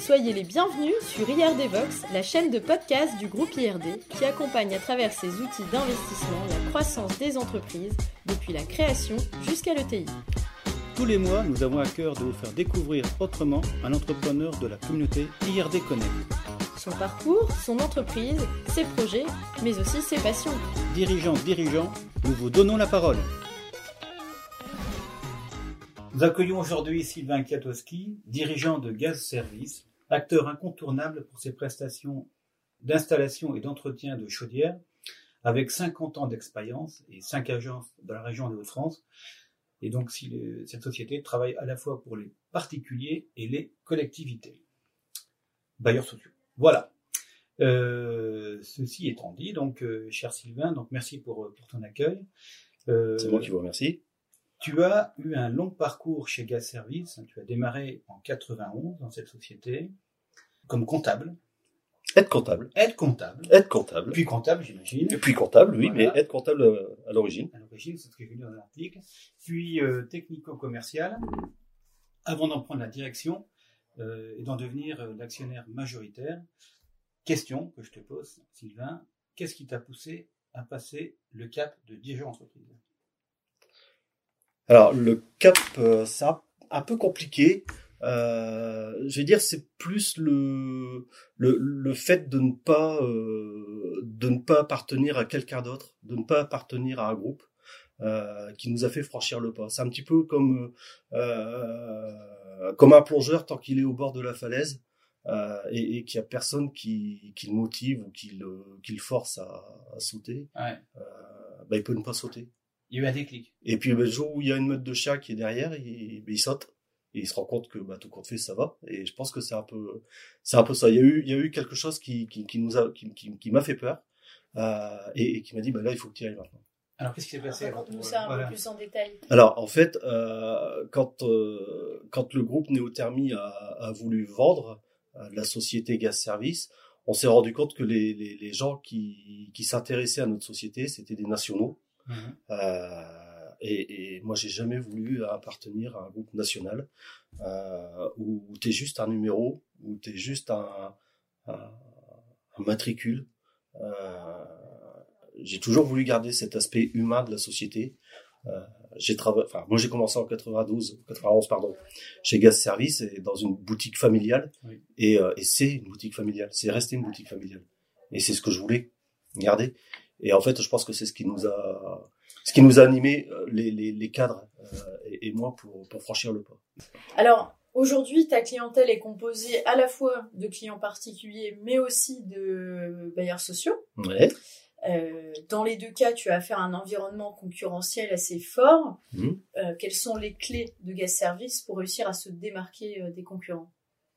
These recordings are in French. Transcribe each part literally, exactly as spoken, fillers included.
Soyez les bienvenus sur I R D Vox, la chaîne de podcast du groupe I R D qui accompagne à travers ses outils d'investissement la croissance des entreprises depuis la création jusqu'à l'E T I. Tous les mois, nous avons à cœur de vous faire découvrir autrement un entrepreneur de la communauté I R D Connect. Son parcours, son entreprise, ses projets, mais aussi ses passions. Dirigeants, dirigeants, nous vous donnons la parole. Nous accueillons aujourd'hui Sylvain Kwiatkowski, dirigeant de Gaz Service, acteur incontournable pour ses prestations d'installation et d'entretien de chaudières, avec cinquante ans d'expérience et cinq agences dans la région des Hauts-de-France. Et donc, si le, cette société travaille à la fois pour les particuliers et les collectivités, bailleurs sociaux. Voilà. Euh, ceci étant dit, donc, euh, cher Sylvain, donc merci pour, pour ton accueil. Euh, C'est moi qui vous remercie. Tu as eu un long parcours chez Gaz Service. Tu as démarré en quatre-vingt-onze dans cette société comme comptable. Aide comptable. Aide comptable. Aide comptable. Puis comptable, j'imagine. Et puis comptable, oui, voilà. Mais aide comptable euh, à l'origine. À l'origine, c'est ce que j'ai lu dans l'article. Puis euh, technico-commercial, avant d'en prendre la direction euh, et d'en devenir euh, l'actionnaire majoritaire. Question que je te pose, Sylvain, qu'est-ce qui t'a poussé à passer le cap de dirigeant d'entreprise ? Alors, le cap, euh, c'est un, un peu compliqué. Euh, je vais dire, c'est plus le le, le fait de ne pas euh, de ne pas appartenir à quelqu'un d'autre, de ne pas appartenir à un groupe euh, qui nous a fait franchir le pas. C'est un petit peu comme euh, comme un plongeur tant qu'il est au bord de la falaise euh, et, et qu'il y a personne qui qui le motive ou qui le qui le force à, à sauter. Ouais. Euh, bah, il peut ne pas sauter. Il y a eu un déclic. Et puis le jour où il y a une meute de chiens qui est derrière, il, il saute et il se rend compte que bah, tout compte fait ça va. Et je pense que c'est un peu, c'est un peu ça. Il y a eu, il y a eu quelque chose qui, qui, qui nous a, qui, qui, qui m'a fait peur euh, et, et qui m'a dit bah là il faut que tu y ailles maintenant. Alors qu'est-ce qui s'est passé ? Raconte-nous ça un voilà. peu plus en détail. Alors en fait, euh, quand euh, quand le groupe Néothermie a, a voulu vendre euh, la société Gaz Service, on s'est rendu compte que les, les, les gens qui, qui s'intéressaient à notre société, c'était des nationaux. Mmh. Euh, et, et moi, j'ai jamais voulu appartenir à un groupe national euh, où, où t'es juste un numéro, où t'es juste un, un, un matricule. Euh, j'ai toujours voulu garder cet aspect humain de la société. Euh, j'ai travaillé, enfin, moi, j'ai commencé en quatre-vingt-douze, quatre-vingt-onze, pardon, chez Gaz Service et dans une boutique familiale. Oui. Et, euh, et c'est une boutique familiale. C'est resté une boutique familiale. Et c'est ce que je voulais garder. Et en fait, je pense que c'est ce qui nous a, ce qui nous a animé les, les, les cadres euh, et, et moi pour, pour franchir le pas. Alors, aujourd'hui, ta clientèle est composée à la fois de clients particuliers, mais aussi de bailleurs sociaux. Ouais. Euh, dans les deux cas, tu as affaire à un environnement concurrentiel assez fort. Mmh. Euh, quelles sont les clés de Gaz Service pour réussir à se démarquer euh, des concurrents ?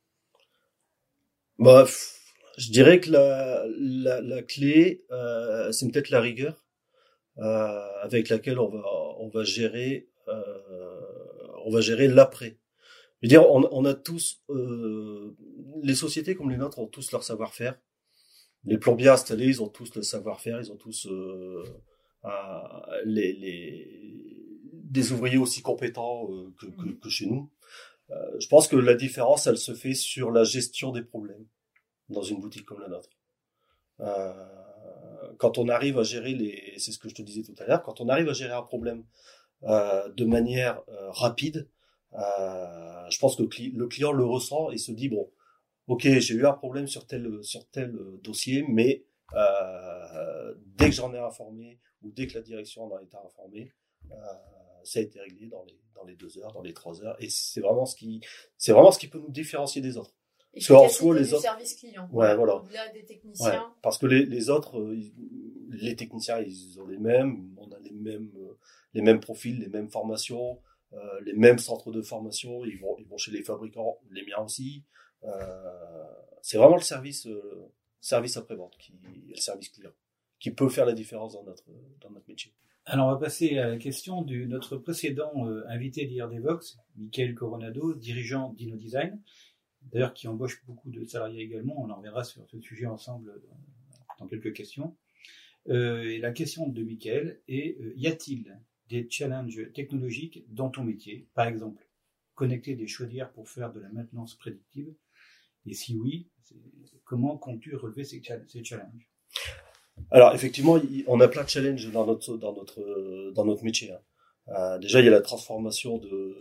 Bah, je dirais que la, la, la clé, euh, c'est peut-être la rigueur euh, avec laquelle on va, on va gérer, euh, on va gérer l'après. Je veux dire, on, on a tous, euh, les sociétés comme les nôtres ont tous leur savoir-faire. Les plombiers installés, ils ont tous le savoir-faire, ils ont tous euh, euh, les, les, des ouvriers aussi compétents euh, que, que, que chez nous. Euh, je pense que la différence, elle se fait sur la gestion des problèmes dans une boutique comme la nôtre. Euh, quand on arrive à gérer les, c'est ce que je te disais tout à l'heure, quand on arrive à gérer un problème euh, de manière euh, rapide, euh, je pense que le client le ressent et se dit bon, ok, j'ai eu un problème sur tel sur tel dossier, mais euh, dès que j'en ai informé ou dès que la direction en a été informée, euh, ça a été réglé dans les dans les deux heures, dans les trois heures, et c'est vraiment ce qui c'est vraiment ce qui peut nous différencier des autres. Parce qu'en soi, les autres, service client. Ouais, voilà. Au-delà des techniciens. Ouais, parce que les, les autres, ils, les techniciens, ils ont les mêmes, on a les mêmes, les mêmes profils, les mêmes formations, euh, les mêmes centres de formation. Ils vont, ils vont chez les fabricants, les miens aussi. Euh, c'est vraiment le service, euh, service après-vente, qui, le service client, qui peut faire la différence dans notre, dans notre métier. Alors, on va passer à la question de notre précédent euh, invité d'I R D Vox, Michael Coronado, dirigeant d'InnoDesign. D'ailleurs, qui embauche beaucoup de salariés également. On en reviendra sur ce sujet ensemble dans quelques questions. Euh, et la question de Michael est, euh, y a-t-il des challenges technologiques dans ton métier ? Par exemple, connecter des chaudières pour faire de la maintenance prédictive. Et si oui, comment comptes-tu relever ces, ces challenges? Alors effectivement, on a plein de challenges dans notre dans notre dans notre métier. Hein. Euh, déjà, il y a la transformation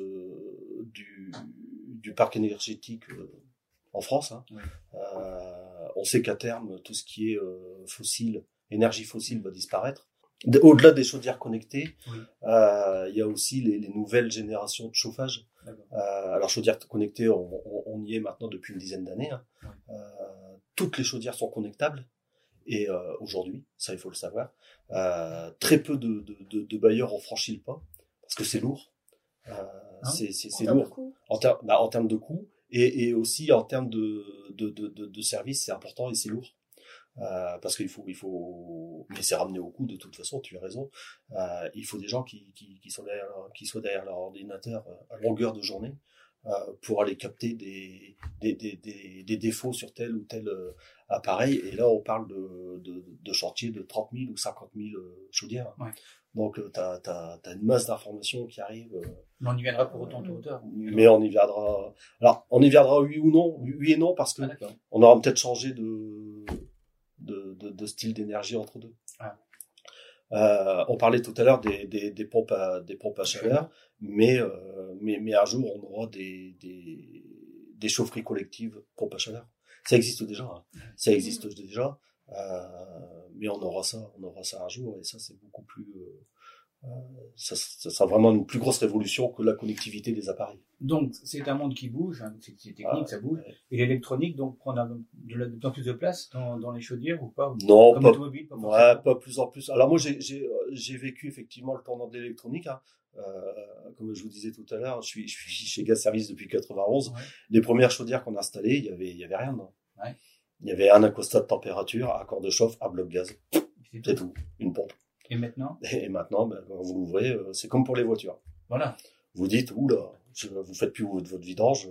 de du du parc énergétique euh, en France. Hein. Oui. Euh, on sait qu'à terme, tout ce qui est euh, fossile, énergie fossile, va disparaître. Au-delà des chaudières connectées, oui. euh, il y a aussi les, les nouvelles générations de chauffage. Euh, alors chaudières connectées, on, on, on y est maintenant depuis une dizaine d'années. Hein. Oui. Euh, toutes les chaudières sont connectables. Et euh, aujourd'hui, ça il faut le savoir, euh, très peu de, de, de, de bailleurs ont franchi le pas parce que c'est lourd. Euh, ah, c'est c'est, c'est lourd en termes bah, en termes de coûts et, et aussi en termes de de de de, de services, c'est important et c'est lourd. Euh, parce qu'il faut il faut mais c'est ramené au coût de toute façon, tu as raison. Euh, il faut des gens qui qui qui sont derrière leur, qui soient derrière leur ordinateur à longueur de journée. Euh, pour aller capter des, des, des, des, des défauts sur tel ou tel euh, appareil. Et là, on parle de, de, de chantiers de trente mille ou cinquante mille euh, chaudières. Ouais. Donc, euh, t'as, t'as, t'as une masse d'informations qui arrive. Euh, mais on y viendra pour autant de hauteur. Mais on y viendra. Alors, on y viendra oui ou non, oui et non, parce que ah, on aura peut-être changé de, de, de, de style d'énergie entre deux. Ah. Euh, on parlait tout à l'heure des, des, des pompes à, des pompes à chaleur, mais, euh, mais, mais un jour, on aura des, des, des chaufferies collectives pompes à chaleur. Ça existe déjà, hein. Ça existe déjà, euh, mais on aura ça, on aura ça un jour, et ça, c'est beaucoup plus, euh, euh, ça, ça sera vraiment une plus grosse révolution que la connectivité des appareils. Donc, c'est un monde qui bouge, hein, c'est, c'est technique, ah, ça bouge. Ouais. Et l'électronique, donc, prend de plus en plus de place dans, dans les chaudières ou pas? Non, comme pas, automobile, pas, ouais, pas plus en plus. Alors moi, j'ai, j'ai, j'ai vécu effectivement le tournant de l'électronique. Hein. Euh, comme je vous disais tout à l'heure, je suis, je suis chez Gaz Service depuis quatre-vingt-onze. Ouais. Les premières chaudières qu'on a installées, il y avait, il y avait rien dedans. Ouais. Il y avait un accostat de température, un corps de chauffe, un bloc gaz. C'est, c'est tout, une pompe. Et maintenant? Et maintenant, ben, quand vous l'ouvrez, c'est comme pour les voitures. Voilà. Vous dites, oula, vous faites plus votre, votre vidange.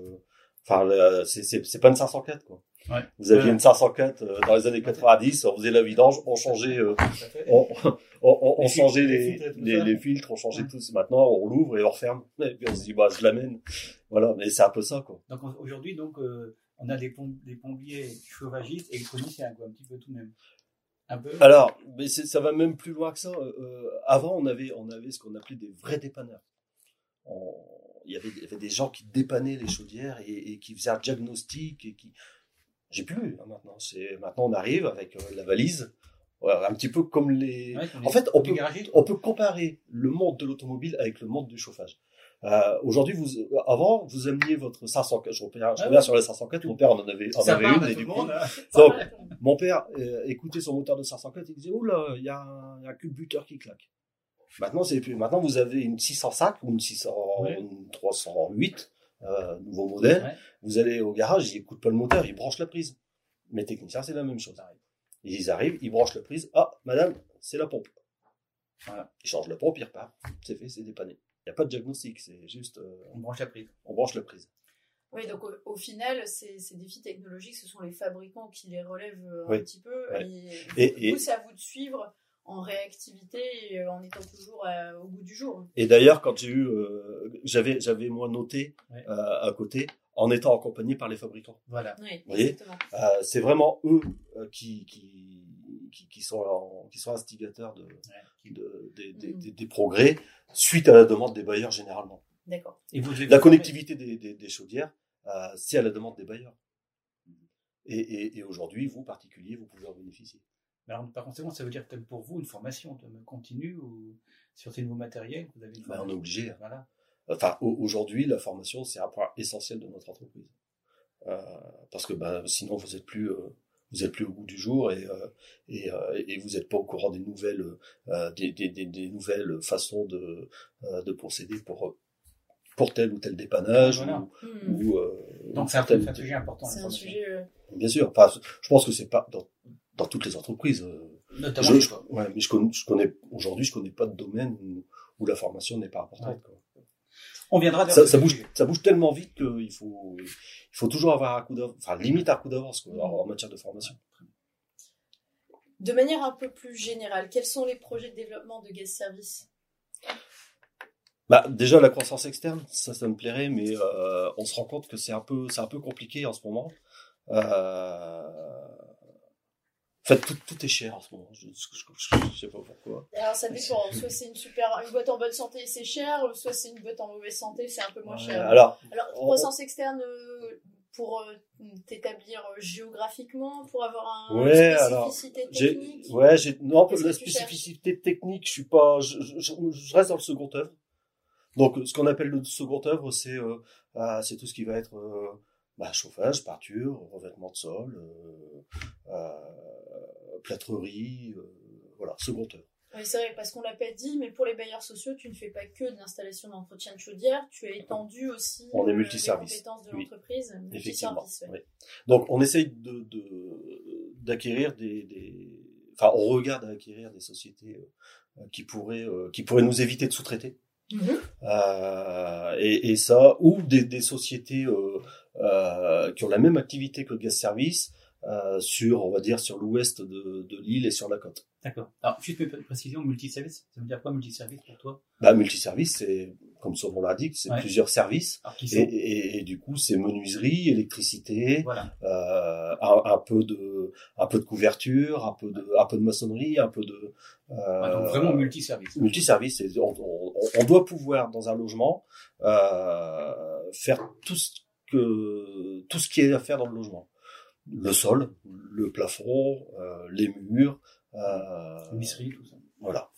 Enfin, c'est, c'est, c'est pas une cinq cent quatre, quoi. Ouais. Vous aviez euh... une cinq cent quatre euh, dans les années quatre-vingt-dix, on faisait la vidange, on changeait, euh, on, on, on, on changeait les, les, les, les filtres, on changeait ouais. tout. Maintenant, on l'ouvre et on referme. Et puis on se dit, bah, je l'amène. Voilà, mais c'est un peu ça, quoi. Donc aujourd'hui, donc, euh, on a des, pom- des pompiers chauffagistes et électroniciens, quoi, un petit peu tout de même. Un peu. Alors, mais c'est, ça va même plus loin que ça. Euh, avant, on avait, on avait ce qu'on appelait des vrais dépanneurs. On, il y avait, il y avait des gens qui dépannaient les chaudières et, et qui faisaient un diagnostic et qui, j'ai plus hein, maintenant. C'est maintenant on arrive avec euh, la valise, voilà, un petit peu comme les. Ouais, comme en les, fait, on peut, on peut comparer le monde de l'automobile avec le monde du chauffage. Euh, aujourd'hui, vous, avant, vous ameniez votre cinq cent quatre. Je reviens, je reviens ah ouais. sur les cinq cent quatre. Mon père en avait, en avait une. Et du coup, donc, mon père euh, écoutait son moteur de cinq cent quatre. Il disait, oh là, il y a un, il y a un culbuteur qui claque. Maintenant, c'est plus. Maintenant, vous avez une six cent cinq ou une six cents, ouais. une trois cent huit, euh, nouveau modèle. Ouais. Vous allez au garage, ils écoutent pas le moteur, ils branchent la prise. Mais techniciens, c'est la même chose. Ils arrivent, ils branchent la prise. Ah, madame, c'est la pompe. Voilà. Ils changent la pompe, ils repartent. C'est fait, c'est dépanné. Il n'y a pas de diagnostic, c'est juste. Euh, on branche la prise. On branche la prise. Oui, donc au, au final, ces, ces défis technologiques, ce sont les fabricants qui les relèvent un oui. petit peu. Ouais. Et, et, et, et c'est à vous de suivre en réactivité et en étant toujours à, au bout du jour. Et d'ailleurs, quand j'ai eu, euh, j'avais, j'avais moi noté ouais. euh, à côté, en étant accompagné par les fabricants. Voilà. Oui, vous voyez, euh, c'est vraiment eux euh, qui, qui, qui, qui sont, en, qui sont instigateurs de, ouais. de, de, de, mmh. des, des progrès suite à la demande des bailleurs généralement. D'accord. Et vous la connectivité des, des, des chaudières, euh, c'est à la demande des bailleurs. Et, et, et aujourd'hui, vous particuliers, vous pouvez en bénéficier. Alors, par conséquent, ça veut dire que pour vous, une formation continue ou sur ces nouveaux matériels que vous avez une ben, on est obligé. Voilà. Enfin, aujourd'hui, la formation, c'est un point essentiel de notre entreprise. Euh, parce que ben, sinon, vous êtes plus, euh, vous êtes plus au bout du jour et, euh, et, euh, et vous n'êtes pas au courant des nouvelles, euh, des, des, des, des nouvelles façons de, euh, de procéder pour, pour tel ou tel dépannage. Voilà. Ou, mmh. ou, euh, Donc, c'est un, tel, un sujet important. C'est un sujet. Euh... Bien sûr. Enfin, je pense que c'est pas dans, dans toutes les entreprises. Notamment. Je, je, ouais, mais je connais, je connais, aujourd'hui, je connais pas de domaine où, où la formation n'est pas importante. Ouais. Quoi. On viendra ça, ça bouge, ça bouge tellement vite qu'il faut, il faut toujours avoir un coup d'avance, enfin, limite un coup d'avance, quoi, en, en matière de formation. De manière un peu plus générale, quels sont les projets de développement de Gaz Service? Bah, déjà, la croissance externe, ça, ça me plairait, mais, euh, on se rend compte que c'est un peu, c'est un peu compliqué en ce moment. Euh, En fait, tout, tout est cher en ce moment. Je, je, je, je sais pas pourquoi. Alors, ça dépend. Soit c'est une super, une boîte en bonne santé, c'est cher, ou soit c'est une boîte en mauvaise santé, c'est un peu moins cher. Euh, alors, alors, croissance on... externe pour euh, t'établir géographiquement, pour avoir un, ouais, une spécificité alors, technique. J'ai, ouais, j'ai, non, pour la spécificité cherches? technique, je suis pas, je, je, je reste dans le second œuvre. Donc, ce qu'on appelle le second œuvre, c'est, euh, ah, c'est tout ce qui va être, euh, bah, chauffage, peinture, revêtement de sol, euh, euh, plâtrerie, euh, voilà, second œuvre. Oui, c'est vrai, parce qu'on l'a pas dit, mais pour les bailleurs sociaux, tu ne fais pas que de l'installation d'entretien de chaudière, tu as étendu aussi on est euh, multiservice. les compétences de oui. l'entreprise. Multiservice, ouais. Oui. Donc, on essaye de, de, d'acquérir des, des, enfin, on regarde à acquérir des sociétés euh, qui pourraient, euh, qui pourraient nous éviter de sous-traiter. Mmh. Euh, et, et ça, ou des, des sociétés euh, euh, qui ont la même activité que le gaz service euh, sur, on va dire, sur l'ouest de, de l'île et sur la côte. D'accord. Alors, juste une précision, multiservice, ça veut dire quoi multiservice pour toi? Bah, multiservice, c'est, comme son nom l'indique, c'est ouais. plusieurs services. Alors, qui sont... et, et, et du coup, c'est menuiserie, électricité, voilà. euh, un, un peu de, un peu de couverture, un peu de, un peu de maçonnerie, un peu de. Euh, ouais, donc vraiment multiservice. Multiservice, c'est, on, on, on doit pouvoir dans un logement euh, faire tout ce que, tout ce qui est à faire dans le logement. Le sol, le plafond, euh, les murs. Euh, L'épicerie, tout ça. Voilà.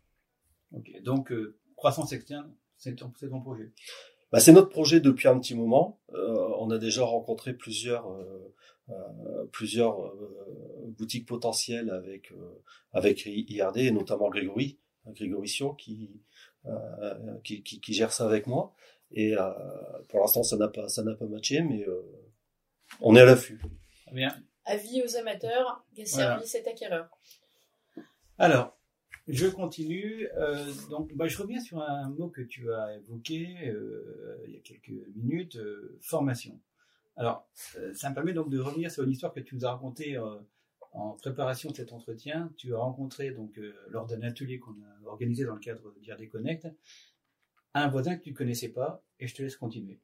Ok. Donc, euh, croissance externe, c'est ton, c'est ton projet. Bah, c'est notre projet depuis un petit moment. Euh, on a déjà rencontré plusieurs, euh, euh, plusieurs euh, boutiques potentielles avec euh, avec I R D et notamment Grégory, Grégory Sion qui, euh, qui qui qui gère ça avec moi. Et euh, pour l'instant, ça n'a pas ça n'a pas matché, mais euh, on est à l'affût. Bien. Avis aux amateurs, gaz service voilà. et acquéreurs. Alors, je continue. Euh, donc, bah, je reviens sur un mot que tu as évoqué euh, il y a quelques minutes, euh, formation. Alors, euh, ça me permet donc de revenir sur une histoire que tu nous as racontée euh, en préparation de cet entretien. Tu as rencontré donc euh, lors d'un atelier qu'on a organisé dans le cadre d'I R D Connect un voisin que tu ne connaissais pas, et je te laisse continuer.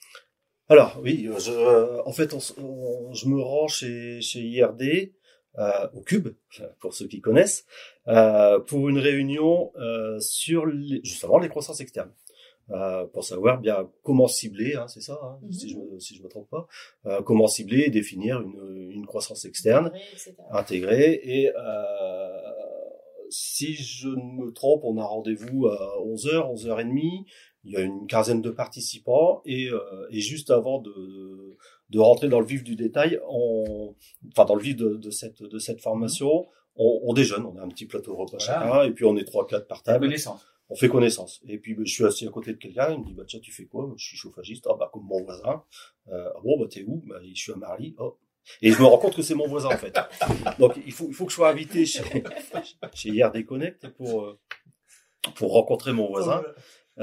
Alors oui, je, euh, en fait, on, on, je me rends chez, chez I R D. Euh, au Cube, pour ceux qui connaissent, euh, pour une réunion euh, sur les, justement les croissances externes, euh, pour savoir bien comment cibler, hein, c'est ça, hein, mm-hmm. si je me si je me trompe pas, euh, comment cibler et définir une, une croissance externe intégrée. Et euh, si je ne me trompe, on a rendez-vous à onze heures, onze heures trente. Il y a une quinzaine de participants et, euh, et juste avant de, de, de rentrer dans le vif du détail, on, enfin dans le vif de, de cette de cette formation, on, on déjeune, on a un petit plateau de repas voilà. chacun et puis on est trois quatre par table. Connaissance. On fait connaissance. Et puis ben, je suis assis à côté de quelqu'un, il me dit bah tiens tu fais quoi? Je suis chauffagiste. Ah bah comme mon voisin. Euh, ah bon bah t'es où? Bah je suis à Marly. Oh. Et je me rends compte que c'est mon voisin en fait. Donc il faut il faut que je sois invité chez chez I R D Connect pour pour rencontrer mon voisin. Euh,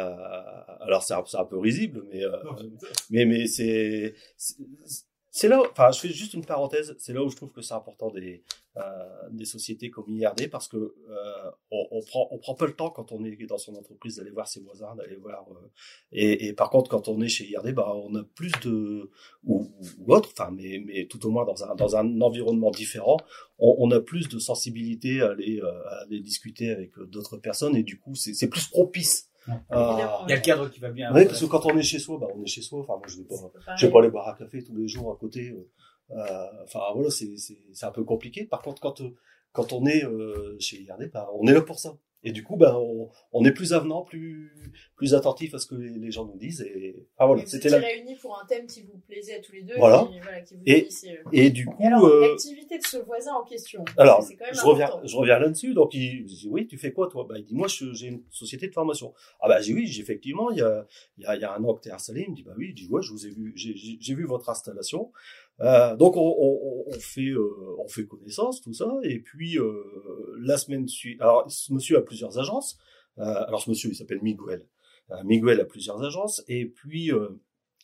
alors c'est un, c'est un peu risible, mais euh, mais mais c'est, c'est c'est là. Enfin, je fais juste une parenthèse. C'est là où je trouve que c'est important des euh, des sociétés comme I R D parce que euh, on, on prend on prend pas le temps quand on est dans son entreprise d'aller voir ses voisins, d'aller voir. Euh, et, et par contre, quand on est chez I R D, bah on a plus de ou, ou autre. Enfin, mais mais tout au moins dans un dans un environnement différent, on, on a plus de sensibilité à aller à aller discuter avec d'autres personnes et du coup c'est c'est plus propice. Ouais. Euh, il y a le cadre qui va bien. Oui, parce que quand on est chez soi, bah on est chez soi. Enfin, moi je vais pas, je vais pas aller boire un café tous les jours à côté. Euh, enfin voilà, c'est c'est c'est un peu compliqué. Par contre, quand quand on est euh, chez I R D, bah, on est là pour ça. Et du coup, ben, on, on est plus avenant, plus, plus attentif à ce que les, les gens nous disent. Et, ah, voilà. Et vous étiez la... réunis pour un thème qui vous plaisait à tous les deux. Voilà. Qui, voilà qui vous et, ici, euh... et du coup, et alors, euh... l'activité de ce voisin en question. Alors, c'est quand même je reviens, je reviens là-dessus. Donc, il dit, oui, tu fais quoi, toi? Bah, il dit, moi, je, j'ai une société de formation. Ah, bah, j'ai oui, j'ai effectivement, il y a, il y a, il y a un an que t'es installé. Il me dit, bah oui, il dit, ouais, je vous ai vu, j'ai, j'ai, j'ai vu votre installation. Euh, donc, on, on, on fait, euh, on fait connaissance, tout ça. Et puis, euh, la semaine suivante, alors, ce monsieur a plusieurs agences. Euh, alors ce monsieur il s'appelle Miguel. Euh, Miguel a plusieurs agences et puis euh,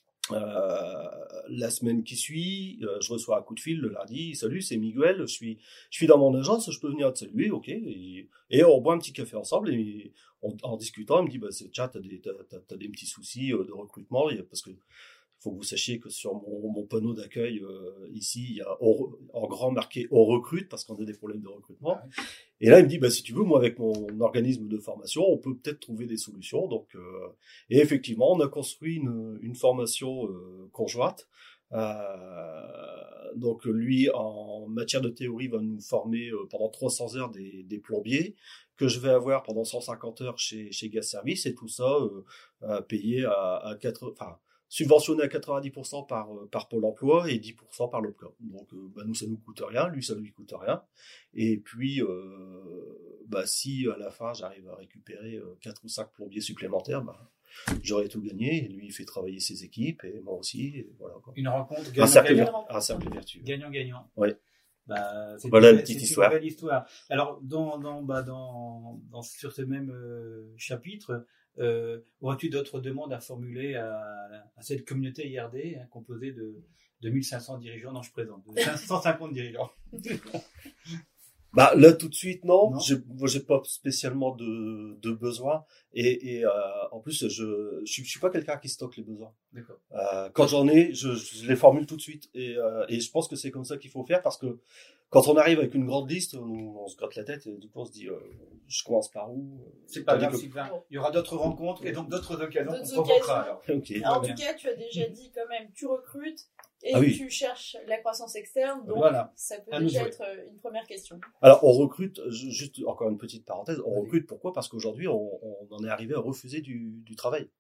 euh, la semaine qui suit, euh, je reçois un coup de fil le lundi. Salut, c'est Miguel. Je suis je suis dans mon agence. Je peux venir te saluer, ok. Et, et on boit un petit café ensemble et on, en discutant, il me dit bah c'est tiens t'as des t'as, t'as, t'as des petits soucis de recrutement parce que faut que vous sachiez que sur mon, mon panneau d'accueil euh, ici, il y a on, en grand marqué on recrute parce qu'on a des problèmes de recrutement. Ouais. Et là, il me dit bah si tu veux, moi avec mon organisme de formation, on peut peut-être trouver des solutions. Donc, euh, et effectivement, on a construit une, une formation euh, conjointe. Euh, donc lui, en matière de théorie, va nous former euh, pendant trois cents heures des, des plombiers que je vais avoir pendant cent cinquante heures chez chez Gaz Service et tout ça euh, euh, payé à, à quatre, enfin subventionné à quatre-vingt-dix pour cent par par Pôle Emploi et dix pour cent par l'O P C A. Donc euh, bah nous ça nous coûte rien, lui ça lui coûte rien. Et puis euh, bah si à la fin j'arrive à récupérer euh, quatre ou cinq plombiers supplémentaires, bah j'aurais tout gagné. Et lui il fait travailler ses équipes et moi aussi. Et voilà quoi. Une rencontre gagnant, un cercle, gagnant. Un cercle vertueux. Gagnant gagnant. Oui. Bah, c'est voilà une, une petite c'est histoire. Une belle histoire. Alors dans dans bah dans, dans sur ce même euh, chapitre. Euh, auras-tu d'autres demandes à formuler à, à cette communauté I R D hein, composée de, de mille cinq cents dirigeants? Non, je présente, de cinq cent cinquante dirigeants. Bah là tout de suite non, non. J'ai, moi j'ai pas spécialement de, de besoin et, et euh, en plus je, je je suis pas quelqu'un qui stocke les besoins. D'accord. Euh, quand j'en ai, je, je les formule tout de suite et euh, et je pense que c'est comme ça qu'il faut faire parce que quand on arrive avec une grande liste, on, on se gratte la tête et du coup on se dit euh, je commence par où? C'est pas grave, Sylvain. Il y aura d'autres rencontres et donc d'autres occasions. D'autres on occasions. Alors. Okay. En tout cas, tu as déjà dit quand même, tu recrutes et ah oui. tu cherches la croissance externe, donc voilà. ça peut à déjà être une première question. Alors on recrute, juste encore une petite parenthèse, on recrute pourquoi? Parce qu'aujourd'hui on, on en est arrivé à refuser du, du travail.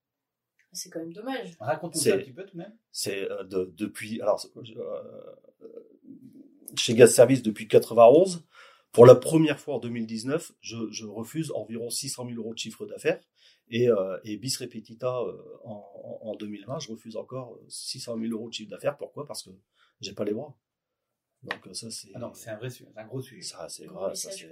C'est quand même dommage. Raconte-nous ça un petit peu tout de même. C'est euh, de, depuis alors euh, chez Gaz Service depuis quatre-vingt-onze. Pour la première fois en deux mille dix-neuf, je, je refuse environ six cent mille euros de chiffre d'affaires et, euh, et bis repetita euh, en, en deux mille vingt, je refuse encore six cent mille euros de chiffre d'affaires. Pourquoi? Parce que j'ai pas les bras. Donc ça c'est. Ah non, c'est un vrai sujet, c'est un gros sujet. Ça c'est gros grave, ça c'est.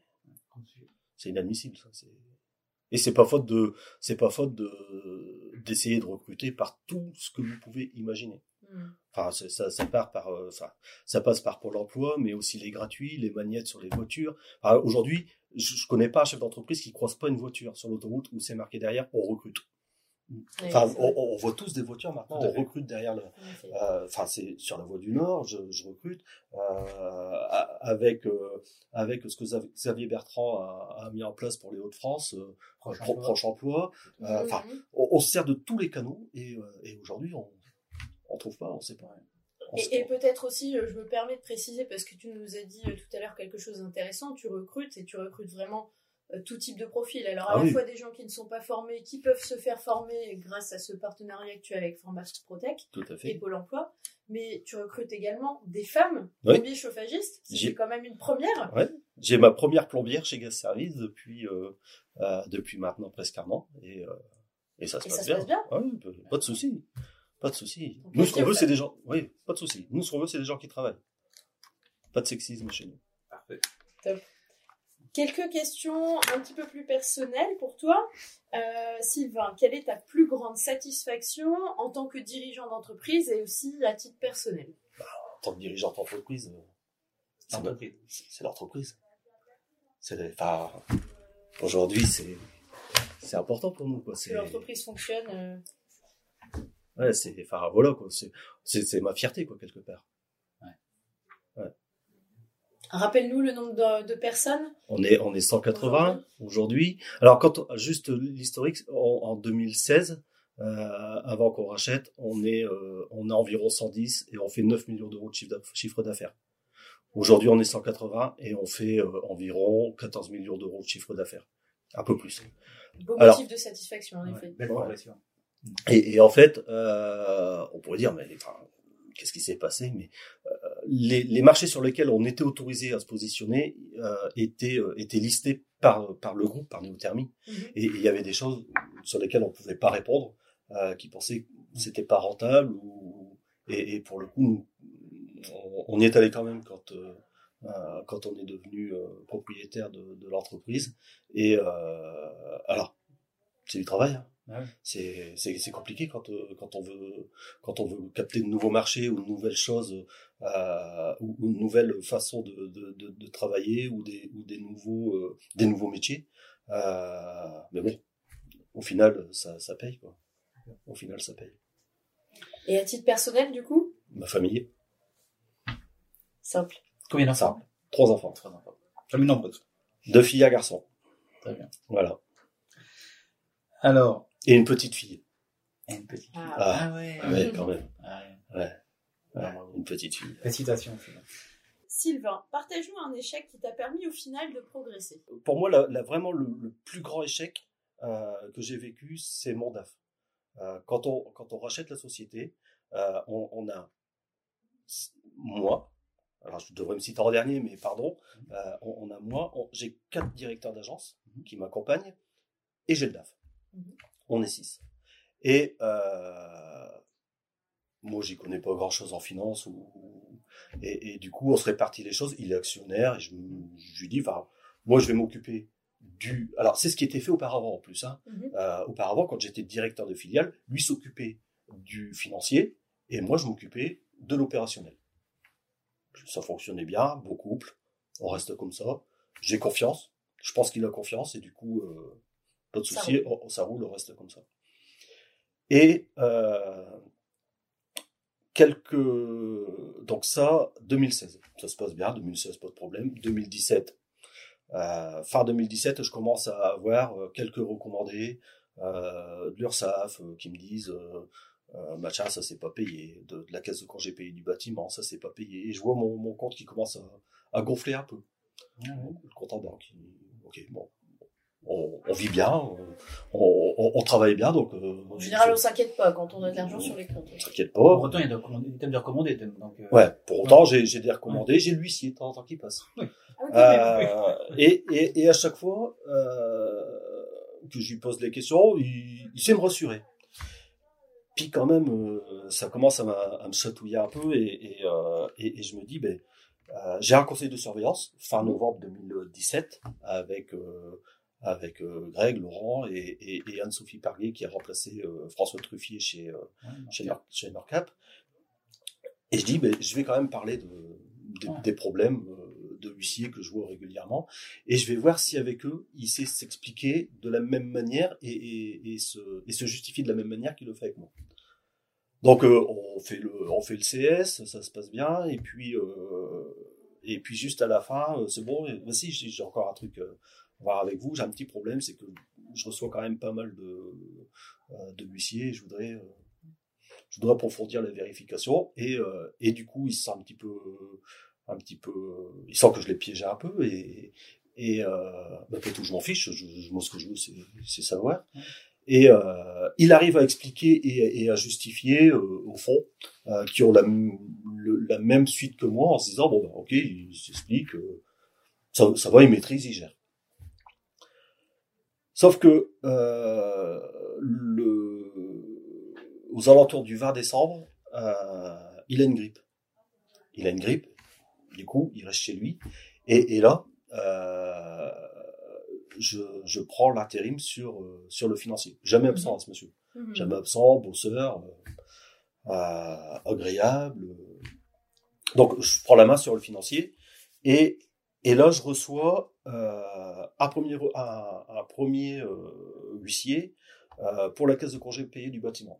Que... C'est inadmissible ça. C'est... Et c'est pas faute de, c'est pas faute de d'essayer de recruter par tout ce que vous pouvez imaginer. Enfin, ça, ça part par, euh, enfin, ça passe par Pôle Emploi, mais aussi les gratuits, les magnettes sur les voitures. Enfin, aujourd'hui, je, je connais pas un chef d'entreprise qui croise pas une voiture sur l'autoroute où c'est marqué derrière on recrute. Enfin, oui, on, on voit tous des voitures maintenant, on recrute derrière le. Euh, enfin, c'est sur la Voie du Nord, je, je recrute euh, avec euh, avec ce que Xavier Bertrand a, a mis en place pour les Hauts-de-France, euh, Proche, Pro, Proche Emploi. Enfin, euh, on, on se sert de tous les canaux et, euh, et aujourd'hui on on trouve pas, on sait pas. On et, et peut-être aussi, je me permets de préciser parce que tu nous as dit tout à l'heure quelque chose d'intéressant. Tu recrutes et tu recrutes vraiment tout type de profil. Alors, à ah la oui. fois des gens qui ne sont pas formés, qui peuvent se faire former grâce à ce partenariat que tu as avec Formation Protec et Pôle Emploi, mais tu recrutes également des femmes oui. plombiers chauffagistes. C'est J'ai... quand même une première. Ouais. J'ai ma première plombière chez Gaz Service depuis, euh, euh, depuis maintenant presque un an et, euh, et ça se et passe ça bien. Se passe bien. Ouais, pas de souci. Pas de souci. Nous, ce qu'on veut, c'est des gens. Oui, pas de souci. Nous, ce qu'on veut, c'est des gens qui travaillent. Pas de sexisme chez nous. Parfait. Top. Quelques questions un petit peu plus personnelles pour toi. Euh, Sylvain, quelle est ta plus grande satisfaction en tant que dirigeant d'entreprise et aussi à titre personnel? Bah, en tant que dirigeant d'entreprise, c'est, l'entreprise. c'est l'entreprise. C'est, enfin, aujourd'hui, c'est, c'est important pour nous. Quoi. C'est... Que l'entreprise fonctionne. Euh... Ouais, c'est, enfin, voilà, quoi. C'est, c'est, c'est ma fierté, quoi, quelque part. Ouais. Ouais. Rappelle-nous le nombre de, de personnes. On est, on est cent quatre-vingts aujourd'hui. Alors, quand on, juste l'historique, en, en deux mille seize, euh, avant qu'on rachète, on est, euh, on a environ cent dix et on fait neuf millions d'euros de chiffre, chiffre d'affaires. Aujourd'hui, on est cent quatre-vingts et on fait euh, environ quatorze millions d'euros de chiffre d'affaires. Un peu plus. Beau Alors, motif de satisfaction, en effet. Belle progression. Et, et en fait, euh, on pourrait dire, mais enfin, qu'est-ce qui s'est passé? Mais euh, les, les marchés sur lesquels on était autorisé à se positionner euh, étaient, euh, étaient listés par, par le groupe, par Néothermie. Mm-hmm. Et il y avait des choses sur lesquelles on pouvait pas répondre, euh, qui pensaient que c'était pas rentable. Ou, et, et pour le coup, nous, on, on y est allé quand même quand, euh, euh, quand on est devenu euh, propriétaire de, de l'entreprise. Et euh, alors, c'est du travail, hein. Ouais. C'est, c'est, c'est compliqué quand, euh, quand on veut, quand on veut capter de nouveaux marchés ou de nouvelles choses, euh, ou, ou une nouvelle façon de, de, de, de travailler ou des, ou des nouveaux, euh, des nouveaux métiers. Euh, mais bon, au final, ça, ça paye, quoi. Au final, ça paye. Et à titre personnel, du coup? Ma famille. Simple. Combien d'enfants? Trois enfants. Trois enfants. Famille nombreuse. Deux filles, un garçon. Très bien. Voilà. Alors. Et une petite fille. Et une petite fille. Ah, ah ouais. Ouais, quand même. Ah ouais. Ouais. Ouais. Une petite fille. Félicitations. Sylvain, partage-nous un échec qui t'a permis au final de progresser. Pour moi, la, la, vraiment le, le plus grand échec euh, que j'ai vécu, c'est mon D A F. Euh, quand, on, quand on rachète la société, euh, on, on a moi, alors je devrais me citer en dernier, mais pardon, euh, on, on a moi, on, j'ai quatre directeurs d'agence qui m'accompagnent et j'ai le D A F. Mm-hmm. On est six. Et euh, moi, j'y connais pas grand-chose en finance ou, et, et du coup, on se répartit les choses. Il est actionnaire et je, je lui dis, enfin, moi, je vais m'occuper du. Alors, c'est ce qui était fait auparavant en plus. Hein. Mm-hmm. Euh, auparavant, quand j'étais directeur de filiale, lui s'occupait du financier et moi, je m'occupais de l'opérationnel. Ça fonctionnait bien, beau couple. On reste comme ça. J'ai confiance. Je pense qu'il a confiance et du coup, euh, pas de souci, ça, on, ça roule, on reste comme ça. Et euh, quelques donc ça deux mille seize, ça se passe bien. deux mille seize, pas de problème. deux mille dix-sept, euh, fin deux mille dix-sept, je commence à avoir quelques recommandés euh, de l'URSSAF euh, qui me disent euh, euh, machin, ça c'est pas payé, de, de la caisse de congé payé du bâtiment, ça c'est pas payé. Et je vois mon, mon compte qui commence à, à gonfler un peu. Mmh. Le compte en banque. Ok, bon. On, on vit bien, on, on, on travaille bien, donc. Euh, en général, on s'inquiète pas quand on a de l'argent on, sur les comptes. On s'inquiète pas. Pour autant, il y a des thèmes de recommandés. Donc, euh... Ouais, pour autant, ouais. j'ai, j'ai des recommandés, ouais. J'ai l'huissier de temps en temps qui passe. Oui. Ah, okay, euh, oui. et, et, et à chaque fois euh, que je lui pose les questions, il, il sait me rassurer. Puis quand même, euh, ça commence à, à me chatouiller un peu, et, et, euh, et, et je me dis, ben, euh, j'ai un conseil de surveillance fin novembre deux mille dix-sept avec. Euh, avec euh, Greg, Laurent et, et, et Anne-Sophie Parguet qui a remplacé euh, François Truffier chez, euh, ouais, chez, Nor- chez Norcap. Et je dis, ben, je vais quand même parler de, de, ouais. des problèmes euh, de huissiers que je vois régulièrement, et je vais voir si avec eux, il sait s'expliquer de la même manière et, et, et, se, et se justifier de la même manière qu'il le fait avec moi. Donc euh, on, fait le, on fait le C S, ça se passe bien, et puis, euh, et puis juste à la fin, euh, c'est bon, voici, j'ai, j'ai encore un truc... Euh, voir avec vous, j'ai un petit problème, c'est que je reçois quand même pas mal de, euh, de huissiers, et je voudrais, euh, je voudrais approfondir la vérification, et, euh, et du coup, il se sent un petit peu, un petit peu, il sent que je l'ai piégé un peu, et, et, euh, bah, après tout, je m'en fiche, je, je, moi, ce que je veux, c'est, c'est savoir. Et, euh, il arrive à expliquer et, et à justifier, euh, au fond, euh, qui ont la, le, la même suite que moi, en se disant, bon, bah, ok, il s'explique, euh, ça, ça va, il maîtrise, il gère. Sauf que euh, le, aux alentours du vingt décembre, euh, il a une grippe. Il a une grippe, du coup, il reste chez lui. Et, et là, euh, je, je prends l'intérim sur, euh, sur le financier. Jamais absent, mmh. ce monsieur. Mmh. Jamais absent, bosseur, euh, euh, agréable. Donc, je prends la main sur le financier. Et, et là, je reçois... Euh, un premier, un, un premier euh, huissier euh, pour la caisse de congé payé du bâtiment.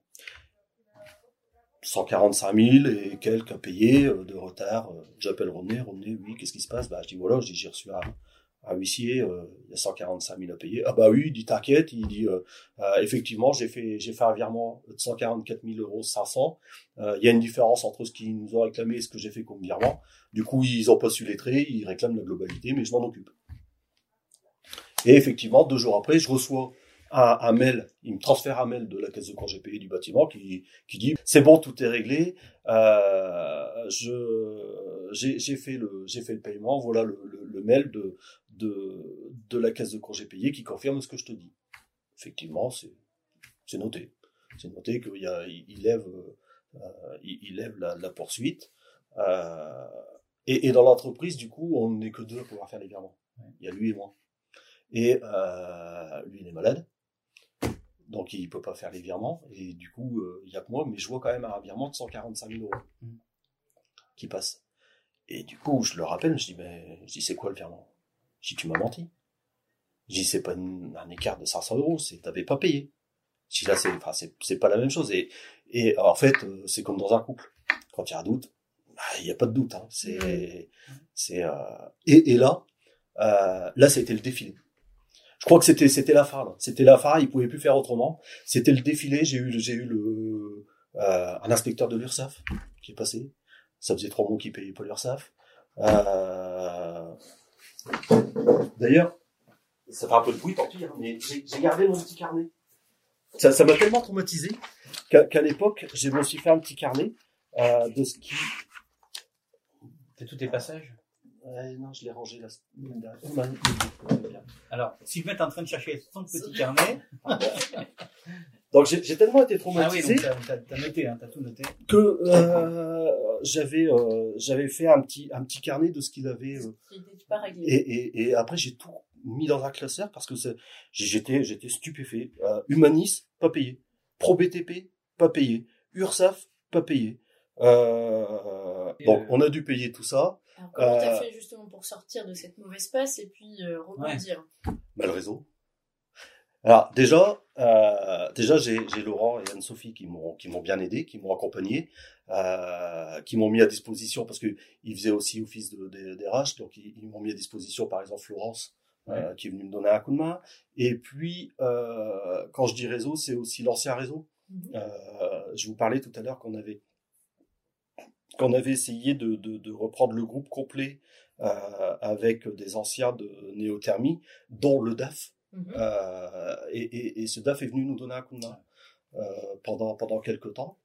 cent quarante-cinq mille et quelques à payer euh, de retard. Euh, j'appelle René, René, oui, qu'est-ce qui se passe? Bah, je dis voilà, je dis, j'ai reçu un, un huissier, euh, il y a cent quarante-cinq mille à payer. Ah bah oui, il dit t'inquiète, il dit euh, euh, effectivement, j'ai fait, j'ai fait un virement de cent quarante-quatre mille euros cinq cents. Euh, il y a une différence entre ce qu'ils nous ont réclamé et ce que j'ai fait comme virement. Du coup, ils ont pas su les traits, ils réclament la globalité, mais je m'en occupe. Et effectivement, deux jours après, je reçois un, un mail, il me transfère un mail de la caisse de congé payé du bâtiment qui, qui dit c'est bon, tout est réglé, euh, je, j'ai, j'ai fait le, j'ai fait le paiement, voilà le, le, le mail de, de, de la caisse de congé payé qui confirme ce que je te dis. Effectivement, c'est, c'est noté, c'est noté qu'il y a, il, il lève, euh, il, il lève la, la poursuite, euh, et, et dans l'entreprise, du coup, on n'est que deux à pouvoir faire les virements. Il y a lui et moi. Et euh, lui, il est malade, donc il peut pas faire les virements. Et du coup, euh, il y a que moi, mais je vois quand même un virement de cent quarante-cinq mille euros mmh. qui passe. Et du coup, je le rappelle, je dis, mais je dis, c'est quoi le virement? Je dis, tu m'as menti. Je dis, c'est pas une, un écart de cinq cents euros, c'est t'avais pas payé. Je dis là, c'est, enfin, c'est, c'est pas la même chose. Et, et en fait, c'est comme dans un couple. Quand il y a un doute, bah, il y a pas de doute. Hein. C'est, mmh. c'est. Euh... Et, et là, euh, là, ça a été le défilé. Je crois que c'était, c'était la fin. Là. C'était la fin. Ils pouvaient plus faire autrement. C'était le défilé. J'ai eu, j'ai eu le euh, un inspecteur de l'URSSAF qui est passé. Ça faisait trois mois qu'il payait pas l'URSSAF. Euh... D'ailleurs, ça fait un peu de bruit, tant pis. Hein, mais j'ai, j'ai gardé mon petit carnet. Ça, ça m'a tellement traumatisé qu'à, qu'à l'époque, je me suis fait un petit carnet euh, de ce qui. C'est tous tes passages? Ouais, non, je l'ai rangé là. Alors, Sylvain est en train de chercher son petit carnet. Donc j'ai, j'ai tellement été traumatisé. Ah oui, donc t'as, t'as noté, hein, t'as tout noté. Que euh, j'avais, euh, j'avais fait un petit, un petit carnet de ce qu'il avait. Euh, et, et, et après j'ai tout mis dans un classeur parce que c'est, j'étais, j'étais stupéfait. Euh, Humanis, pas payé. Pro B T P, pas payé. URSSAF, pas payé. Euh, donc euh... on a dû payer tout ça. Alors comment euh... t'as fait justement pour sortir de cette mauvaise passe et puis euh, rebondir? Ouais. Bah, le réseau. Alors déjà, euh, déjà j'ai, j'ai Laurent et Anne-Sophie qui m'ont qui m'ont bien aidé, qui m'ont accompagné, euh, qui m'ont mis à disposition parce que ils faisaient aussi office de, de, des R H, donc ils, ils m'ont mis à disposition par exemple Florence. Ouais. Euh, qui est venu me donner un coup de main. Et puis, euh, quand je dis réseau, c'est aussi l'ancien réseau. Mmh. Euh, je vous parlais tout à l'heure qu'on avait, qu'on avait essayé de, de, de reprendre le groupe complet euh, avec des anciens de Néothermie, dont le D A F. Mmh. Euh, et, et, et ce D A F est venu nous donner un coup de main euh, pendant pendant quelques temps.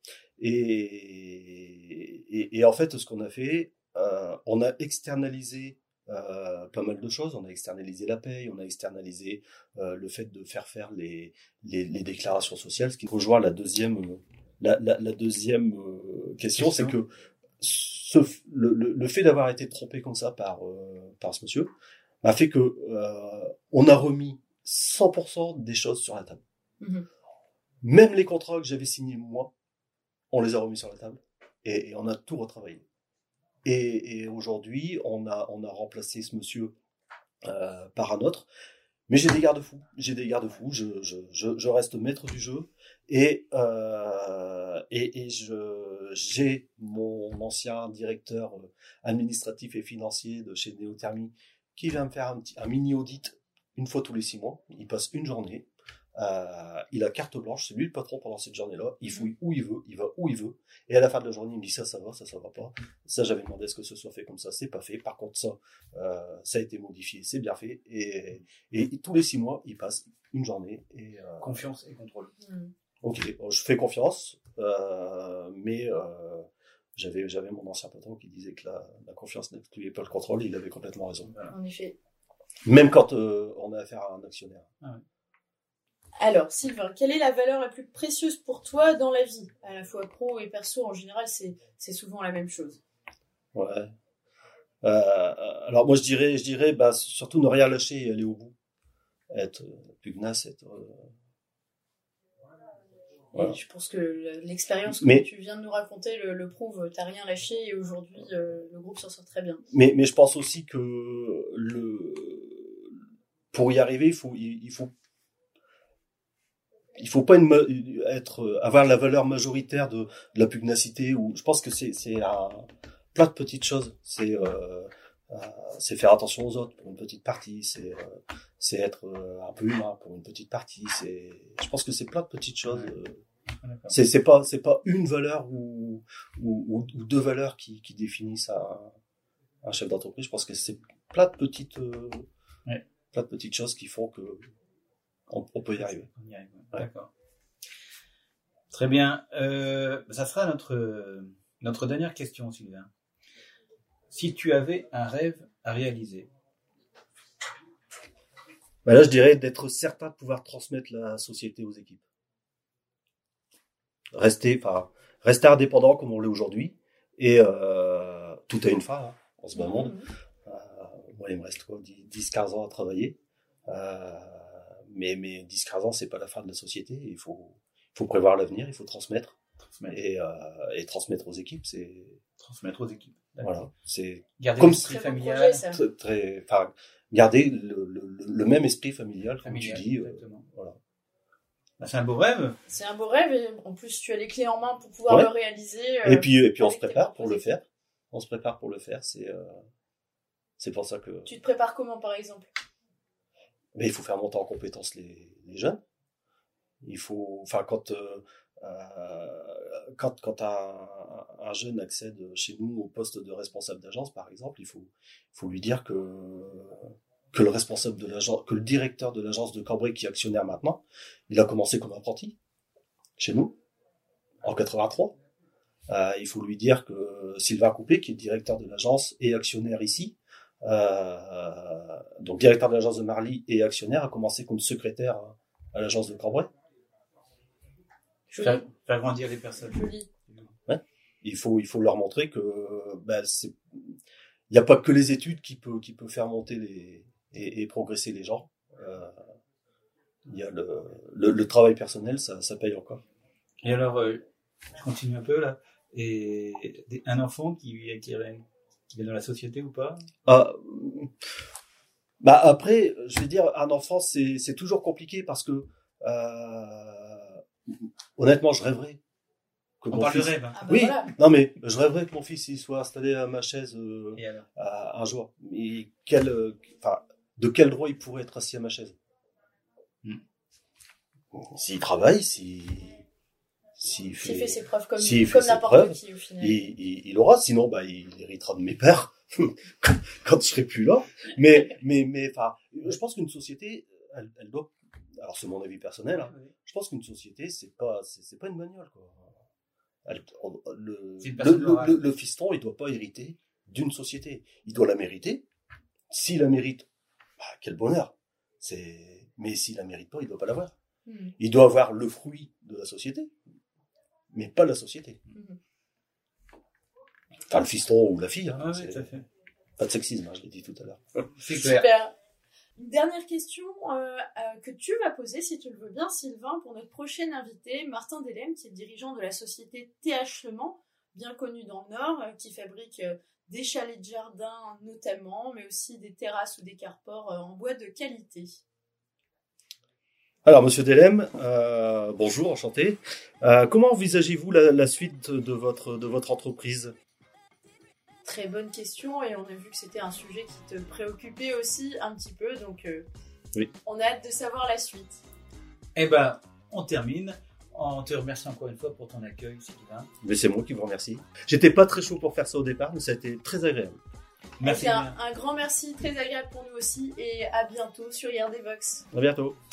Et, et, et en fait, ce qu'on a fait, euh, on a externalisé Euh, pas mal de choses. On a externalisé la paye, on a externalisé euh, le fait de faire faire les, les, les déclarations sociales, ce qui rejoint la deuxième, la, la, la deuxième euh, question, question, c'est que ce, le, le, le fait d'avoir été trompé comme ça par, euh, par ce monsieur a fait que euh, on a remis cent pour cent des choses sur la table. Mmh. Même les contrats que j'avais signés moi, on les a remis sur la table et, et on a tout retravaillé. Et, et aujourd'hui, on a, on a remplacé ce monsieur euh, par un autre. Mais j'ai des garde-fous. J'ai des garde-fous. Je, je, je, je reste maître du jeu. Et, euh, et, et je, j'ai mon ancien directeur administratif et financier de chez Néothermie qui vient me faire un, petit, un mini audit une fois tous les six mois. Il passe une journée. Euh, il a carte blanche, c'est lui le patron pendant cette journée-là, il fouille où il veut, il va où il veut, et à la fin de la journée, il me dit ça, ça va, ça, ça va pas, ça, j'avais demandé à ce que ce soit fait comme ça, c'est pas fait, par contre, ça, euh, ça a été modifié, c'est bien fait, et, et, et tous les six mois, il passe une journée, et... Euh, confiance et contrôle. Mmh. Ok, bon, je fais confiance, euh, mais euh, j'avais, j'avais mon ancien patron qui disait que la, la confiance n'excluait pas le contrôle, il avait complètement raison. Voilà. En effet. Même quand euh, on a affaire à un actionnaire. Ah ouais. Alors, Sylvain, quelle est la valeur la plus précieuse pour toi dans la vie? À la fois pro et perso, en général, c'est, c'est souvent la même chose. Ouais. Euh, alors moi, je dirais, je dirais, bah, surtout ne rien lâcher et aller au bout. Être euh, pugnace, être... Euh... Voilà. Je pense que l'expérience que mais, tu viens de nous raconter le, le prouve. T'as rien lâché et aujourd'hui, euh, le groupe s'en sort très bien. Mais, mais je pense aussi que le... pour y arriver, il faut... Il, il faut Il faut pas une, être, avoir la valeur majoritaire de, de la pugnacité ou, je pense que c'est, c'est un, plein de petites choses. C'est, euh, euh, c'est faire attention aux autres pour une petite partie. C'est, euh, c'est être un peu humain pour une petite partie. C'est, je pense que c'est plein de petites choses. Euh, c'est, c'est pas, c'est pas une valeur ou, ou, ou deux valeurs qui, qui définissent un, un chef d'entreprise. Je pense que c'est plein de petites, euh, ouais. plein de petites choses qui font que, On, on peut y arriver. On y arrive. Ouais. D'accord. Très bien. Euh, ça sera notre notre dernière question, Sylvain. Si tu avais un rêve à réaliser. Bah là, je dirais d'être certain de pouvoir transmettre la société aux équipes. Rester, enfin, rester indépendant comme on l'est aujourd'hui. Et euh, tout a une fin hein, en ce bas monde. Euh, moi, il me reste quoi, dix quinze ans à travailler. Euh, Mais, mais dix quinze ans, c'est pas la fin de la société. Il faut, il faut prévoir l'avenir, il faut transmettre. transmettre. Et, euh, et transmettre aux équipes, c'est... Transmettre aux équipes. D'accord. Voilà. C'est garder comme l'esprit familial. Projet, très, très, enfin, garder le, le, le même esprit familial, familial comme tu dis. Euh, voilà. Bah, c'est un beau rêve. C'est un beau rêve et en plus tu as les clés en main pour pouvoir ouais. le réaliser. Euh, et puis, et puis on se prépare pour le faire. On se prépare pour le faire. C'est, euh, c'est pour ça que. Tu te prépares comment par exemple? Mais il faut faire monter en compétence les, les jeunes. Il faut, enfin quand euh, euh, quand quand un, un jeune accède chez nous au poste de responsable d'agence par exemple, il faut il faut lui dire que que le responsable de l'agence, que le directeur de l'agence de Cambrai qui est actionnaire maintenant, il a commencé comme apprenti chez nous en quatre-vingt-trois. Euh, il faut lui dire que Sylvain Coupé, qui est directeur de l'agence et actionnaire ici, euh, donc directeur de l'agence de Marly et actionnaire, a commencé comme secrétaire à, à l'agence de Cambrai. Faire, faire grandir les personnes. Joli. Ouais. Il faut il faut leur montrer que ben c'est il y a pas que les études qui peut qui peut faire monter les et, et progresser les gens. Euh, il y a le, le le travail personnel, ça ça paye encore. Et alors euh, je continue un peu là. Et un enfant qui qui qui est dans la société ou pas? Ah, bah après, je vais dire, un enfant c'est c'est toujours compliqué parce que euh, honnêtement, je rêverais. Que On mon parle fils... de rêve. Hein. Ah bah oui, voilà. Non mais je rêverais que mon fils il soit installé à ma chaise euh, à, un jour. Mais quel, enfin, de quel droit il pourrait être assis à ma chaise? hmm. S'il travaille, s'il s'il fait, fait ses preuves comme, s'il comme fait n'importe preuves, qui au final, il, il, il aura. Sinon, bah, il héritera de mes pères quand je serai plus là. Mais, mais, mais, enfin, je pense qu'une société, elle, elle doit. Alors c'est mon avis personnel. Hein, je pense qu'une société, c'est pas, c'est, c'est pas une bagnole, quoi. Elle, le, le, le, le, le fiston, il doit pas hériter d'une société. Il doit la mériter. S'il la mérite, bah, quel bonheur. C'est, mais s'il la mérite pas, il doit pas l'avoir. Mmh. Il doit avoir le fruit de la société, mais pas la société. Mmh. Enfin, le fiston ou la fille, hein. Ah, oui, tout à fait. Pas de sexisme, hein, je l'ai dit tout à l'heure. C'est clair. Super. Une dernière question euh, euh, que tu vas poser, si tu le veux bien, Sylvain, pour notre prochain invité, Martin Delem, qui est dirigeant de la société T H Le Mans, bien connue dans le Nord, euh, qui fabrique euh, des chalets de jardin notamment, mais aussi des terrasses ou des carports euh, en bois de qualité. Alors, Monsieur Delem, euh, bonjour, enchanté. Euh, comment envisagez-vous la, la suite de votre, de votre entreprise ? Très bonne question, et on a vu que c'était un sujet qui te préoccupait aussi un petit peu, donc euh, oui. On a hâte de savoir la suite. Eh ben, on termine. On te remercie encore une fois pour ton accueil, Sylvain. Mais c'est moi qui vous remercie. J'étais pas très chaud pour faire ça au départ, mais ça a été très agréable. Merci. Un, un grand merci, très agréable pour nous aussi, et à bientôt sur I R D Vox. À bientôt.